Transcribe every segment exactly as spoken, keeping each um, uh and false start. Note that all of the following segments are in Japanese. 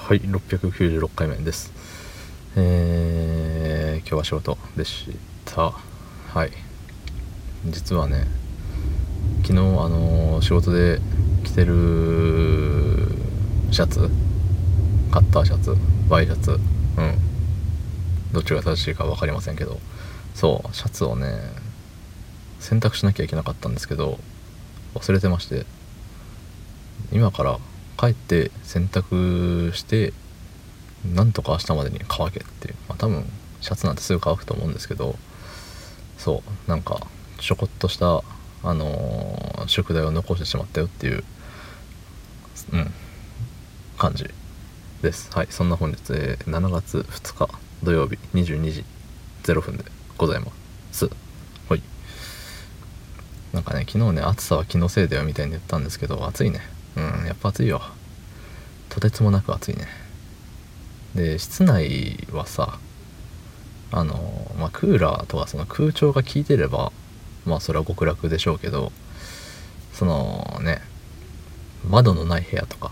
はい、ろっぴゃくきゅうじゅうろっかいめです。えー、今日は仕事でした。はい。実はね、昨日あのー仕事で着てるシャツ、カッターシャツ、ワイシャツ、うん、どっちが正しいか分かりませんけど、そうシャツをね洗濯しなきゃいけなかったんですけど、忘れてまして、今から帰って洗濯してなんとか明日までに乾けっていう、まあ、多分シャツなんてすぐ乾くと思うんですけど、そうなんかちょこっとしたあのー宿題を残してしまったよっていううん感じです。はい、そんな本日、えー、しちがつふつか土曜日にじゅうにじぜろふんでございます。はい。なんかね、昨日ね、暑さは気のせいだよみたいに言ったんですけど、暑いね。うんやっぱ暑いよ。とてつもなく暑いね。で室内はさ、あのまあクーラーとかその空調が効いてればまあそれは極楽でしょうけど、そのね窓のない部屋とか、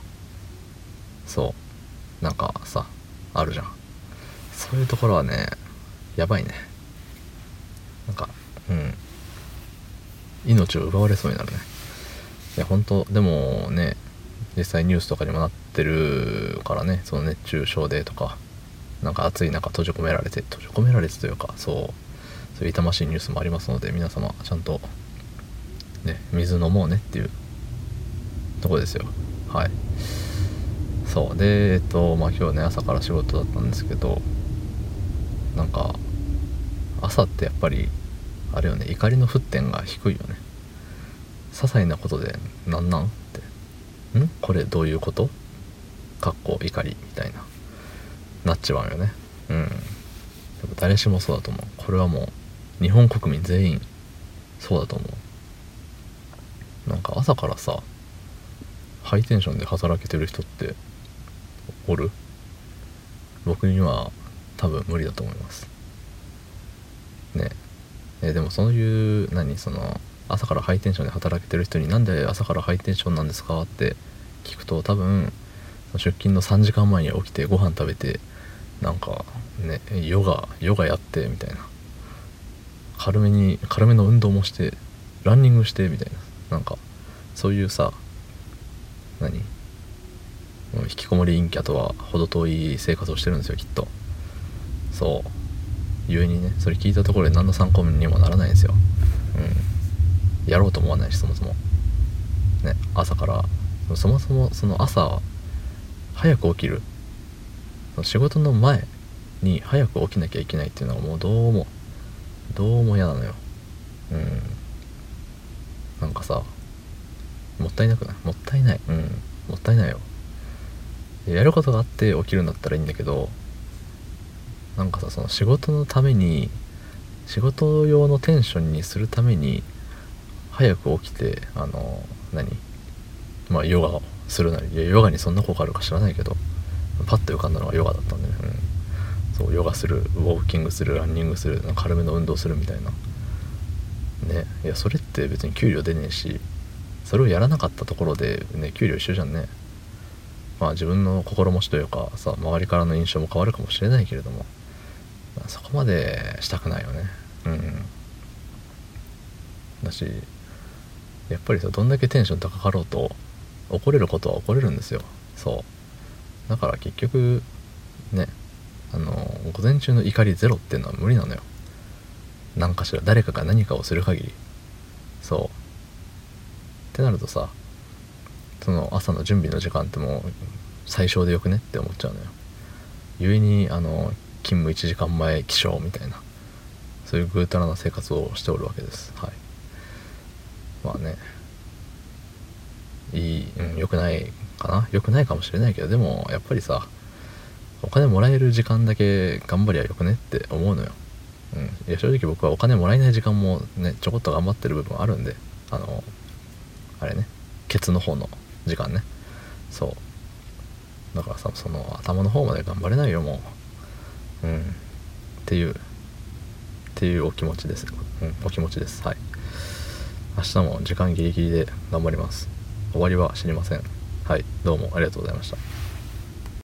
そうなんかさあるじゃん。そういうところはねやばいね。なんかうん命を奪われそうになるね。いや本当でもね、実際ニュースとかにもなってるからね、その熱中症でとか、なんか暑い中閉じ込められて閉じ込められてというか、そうそういう痛ましいニュースもありますので、皆様ちゃんとね水飲もうねっていうとこですよ。はい。そうでえっとまあ今日ね朝から仕事だったんですけど、なんか朝ってやっぱりあれよね、怒りの沸点が低いよね。些細なことでなんなんってんこれどういうことかっこ怒りみたいななっちまうよね。うん誰しもそうだと思う。これはもう日本国民全員そうだと思う。なんか朝からさハイテンションで働けてる人っておる？僕には多分無理だと思いますね。えでもそういう何その朝からハイテンションで働けてる人になんで朝からハイテンションなんですかって聞くと、多分出勤のさんじかんまえに起きてご飯食べてなんかねヨガヨガやってみたいな、軽めに軽めの運動もしてランニングしてみたいな、なんかそういうさ何引きこもり陰キャとは程遠い生活をしてるんですよきっと。そうゆえにね、それ聞いたところで何の参考にもならないんですよ。うんやろうと思わないし、そもそもね朝からそもそもその朝早く起きる、仕事の前に早く起きなきゃいけないっていうのはもうどうもどうも嫌なのよ。うんなんかさもったいなくない？もったいない。うんもったいないよ。やることがあって起きるんだったらいいんだけど、なんかさその仕事のために仕事用のテンションにするために早く起きてあの何まあヨガをするなり、いやヨガにそんな効果あるか知らないけどパッと浮かんだのがヨガだったんでね、うん、そうヨガする、ウォーキングする、ランニングする、軽めの運動するみたいなね。いやそれって別に給料出ねえし、それをやらなかったところでね給料一緒じゃんね。まあ自分の心持ちというかさ周りからの印象も変わるかもしれないけれども、まあ、そこまでしたくないよね。うんだしやっぱりさどんだけテンション高かろうと怒れることは怒れるんですよ。そうだから結局ねあの午前中の怒りゼロっていうのは無理なのよ。何かしら誰かが何かをする限り。そうってなるとさ、その朝の準備の時間ってもう最小でよくねって思っちゃうのよ。ゆえにあの勤務いちじかんまえ起床みたいな、そういうぐうたらな生活をしておるわけです。はい。まあねいい、うん、良くないかな、良くないかもしれないけど、でもやっぱりさお金もらえる時間だけ頑張りゃよくねって思うのよ。うん、いや正直僕はお金もらえない時間もねちょこっと頑張ってる部分あるんで、あのあれねケツの方の時間ね。そうだからさその頭の方まで頑張れないよもう。うんっていうっていうお気持ちです。うんお気持ちです。はい。明日も時間ギリギリで頑張ります。終わりは知りません。はいどうもありがとうございました。